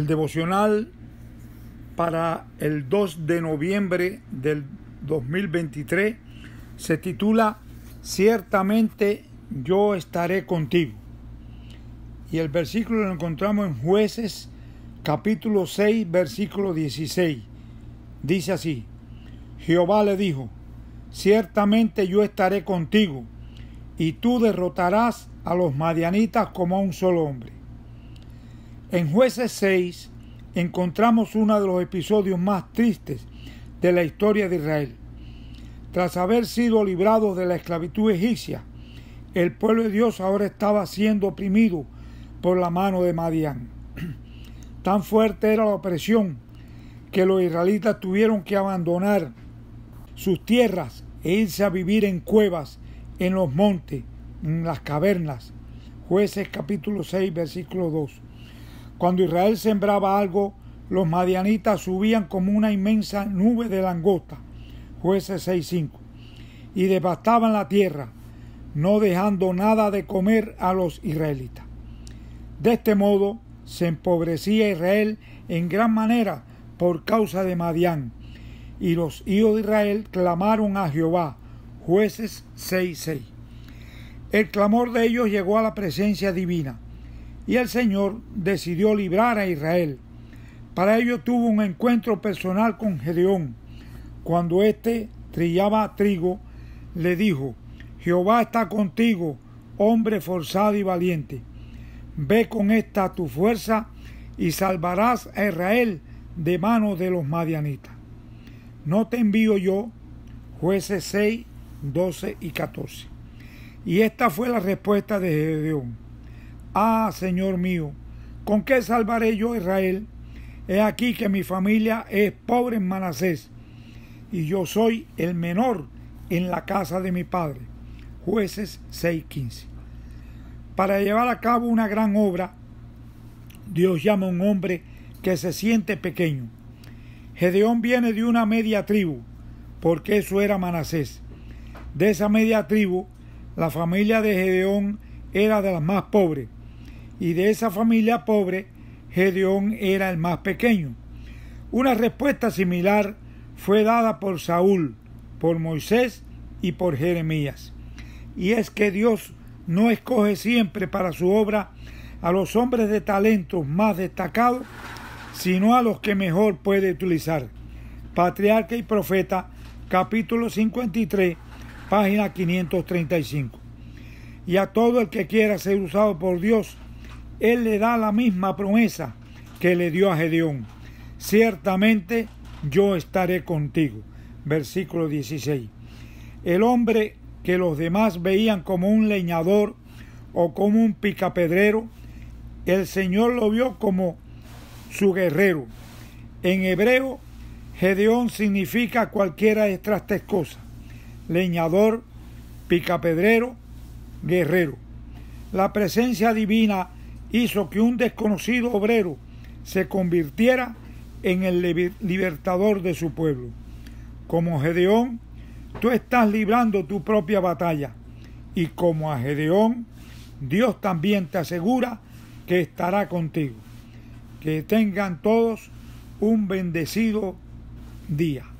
El devocional para el 2 de noviembre del 2023 se titula Ciertamente yo estaré contigo. Y el versículo lo encontramos en Jueces capítulo 6, versículo 16. Dice así: Jehová le dijo: ciertamente yo estaré contigo, y tú derrotarás a los madianitas como a un solo hombre. En Jueces 6 encontramos uno de los episodios más tristes de la historia de Israel. Tras haber sido librado de la esclavitud egipcia, el pueblo de Dios ahora estaba siendo oprimido por la mano de Madián. Tan fuerte era la opresión que los israelitas tuvieron que abandonar sus tierras e irse a vivir en cuevas, en los montes, en las cavernas. Jueces capítulo 6, versículo 2. Cuando Israel sembraba algo, los madianitas subían como una inmensa nube de langosta. Jueces 6:5. Y devastaban la tierra, no dejando nada de comer a los israelitas. De este modo se empobrecía Israel en gran manera por causa de Madián, y los hijos de Israel clamaron a Jehová. Jueces 6:6. El clamor de ellos llegó a la presencia divina, y el Señor decidió librar a Israel. Para ello tuvo un encuentro personal con Gedeón. Cuando éste trillaba trigo, le dijo: Jehová está contigo, hombre forzado y valiente. Ve con esta tu fuerza y salvarás a Israel de manos de los madianitas. ¿No te envío yo? Jueces 6, 12 y 14. Y esta fue la respuesta de Gedeón: Ah, Señor mío, ¿con qué salvaré yo a Israel? He aquí que mi familia es pobre en Manasés, y yo soy el menor en la casa de mi padre. Jueces 6:15. Para llevar a cabo una gran obra, Dios llama a un hombre que se siente pequeño. Gedeón viene de una media tribu, porque eso era Manasés. De esa media tribu, la familia de Gedeón era de las más pobres, y de esa familia pobre, Gedeón era el más pequeño. Una respuesta similar fue dada por Saúl, por Moisés y por Jeremías. Y es que Dios no escoge siempre para su obra a los hombres de talentos más destacados, sino a los que mejor puede utilizar. Patriarca y Profeta, capítulo 53, página 535. Y a todo el que quiera ser usado por Dios, Él le da la misma promesa que le dio a Gedeón: ciertamente yo estaré contigo. Versículo 16. El hombre que los demás veían como un leñador o como un picapedrero, el Señor lo vio como su guerrero. En hebreo, Gedeón significa cualquiera de estas tres cosas: leñador, picapedrero, guerrero. La presencia divina hizo que un desconocido obrero se convirtiera en el libertador de su pueblo. Como Gedeón, tú estás librando tu propia batalla, y como a Gedeón, Dios también te asegura que estará contigo. Que tengan todos un bendecido día.